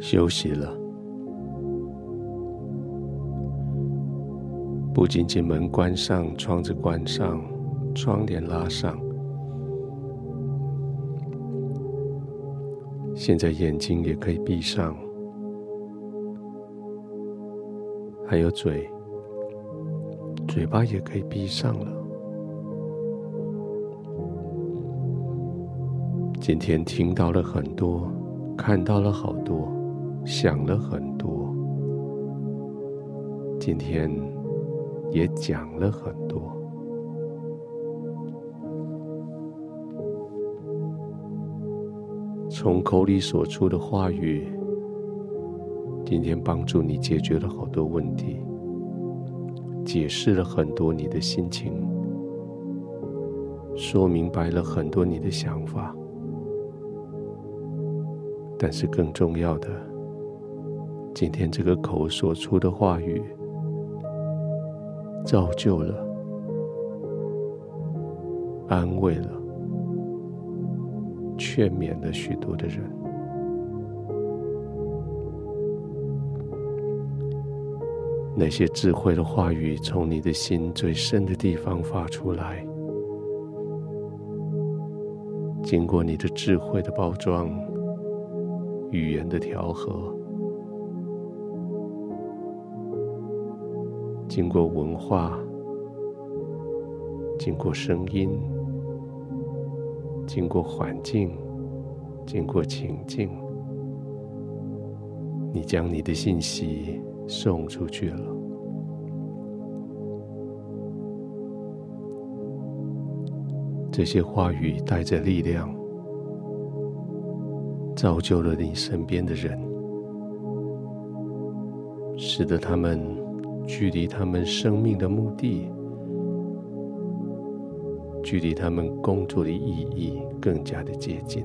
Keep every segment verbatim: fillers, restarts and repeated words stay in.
休息了，不仅仅门关上，窗子关上，窗帘拉上，现在眼睛也可以闭上，还有嘴，嘴巴也可以闭上了。今天听到了很多，看到了好多，想了很多，今天也讲了很多。从口里所出的话语，今天帮助你解决了好多问题，解释了很多你的心情，说明白了很多你的想法。但是更重要的，今天这个口所出的话语，造就了，安慰了，劝勉了许多的人。那些智慧的话语从你的心最深的地方发出来，经过你的智慧的包装，语言的调和，经过文化，经过声音，经过环境，经过情境，你将你的信息送出去了。这些话语带着力量，造就了你身边的人，使得他们距离他们生命的目的，距离他们工作的意义更加的接近。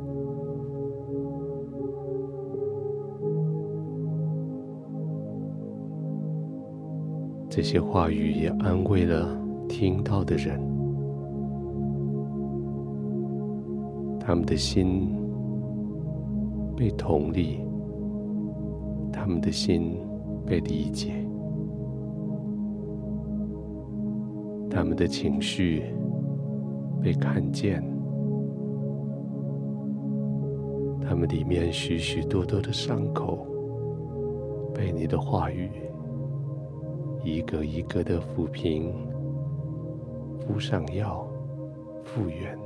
这些话语也安慰了听到的人，他们的心被同理，他们的心被理解，他们的情绪被看见，他们里面许许多多的伤口被你的话语一个一个的抚平、敷上药、复原。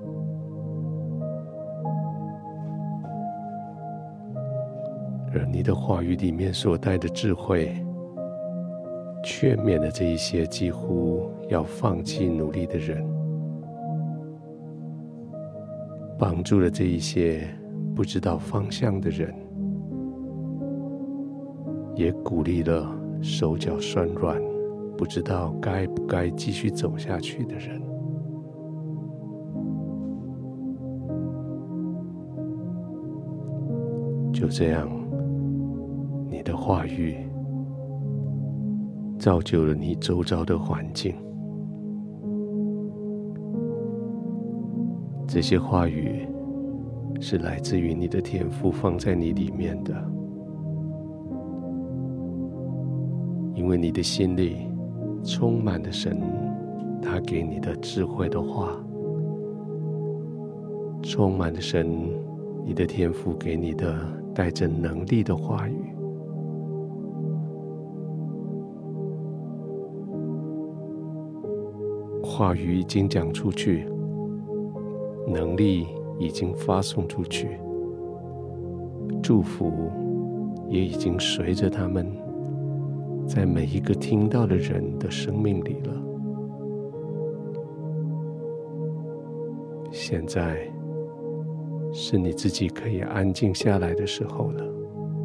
而你的话语里面所带的智慧，劝勉了这一些几乎要放弃努力的人，帮助了这一些不知道方向的人，也鼓励了手脚酸软，不知道该不该继续走下去的人。就这样，你的话语造就了你周遭的环境。这些话语是来自于你的天父放在你里面的，因为你的心里充满了神他给你的智慧的话，充满了神你的天父给你的带着能力的话语。话语已经讲出去，能力已经发送出去，祝福也已经随着他们在每一个听到的人的生命里了。现在是你自己可以安静下来的时候了。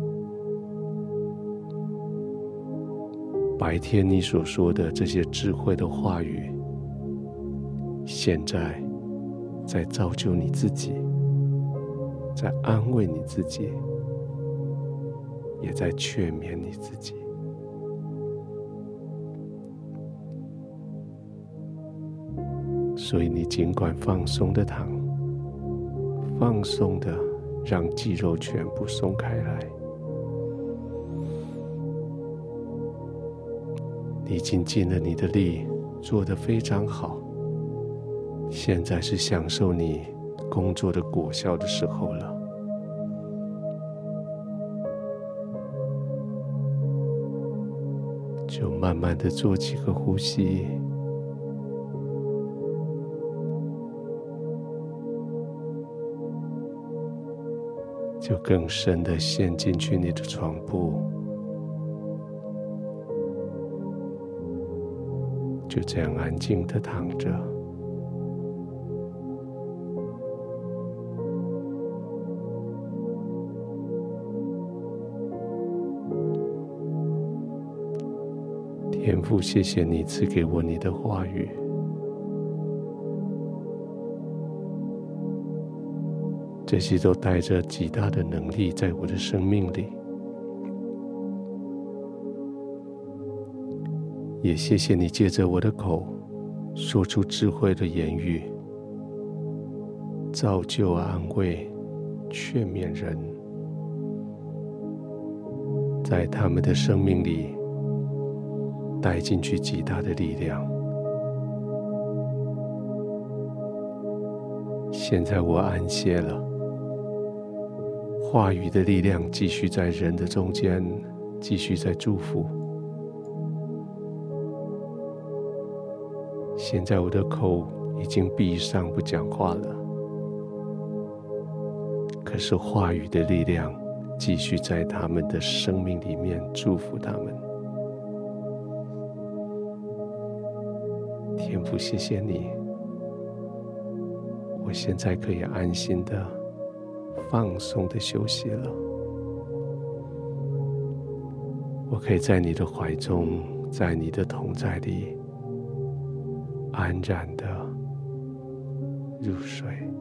白天你所说的这些智慧的话语，现在在造就你自己，在安慰你自己，也在劝勉你自己。所以你尽管放松的躺，放松的让肌肉全部松开来， 你已经尽了你的力，做得非常好，现在是享受你工作的果效的时候了。就慢慢的做几个呼吸，就更深的陷进去你的床铺，就这样安静的躺着。天父，谢谢你赐给我你的话语，这些都带着极大的能力在我的生命里。也谢谢你借着我的口说出智慧的言语，造就、安慰、劝勉人，在他们的生命里带进去极大的力量。现在我安歇了，话语的力量继续在人的中间，继续在祝福。现在我的口已经闭上不讲话了，可是话语的力量继续在他们的生命里面祝福他们。天父，谢谢你，我现在可以安心的放松的休息了，我可以在你的怀中，在你的同在里安然的入睡。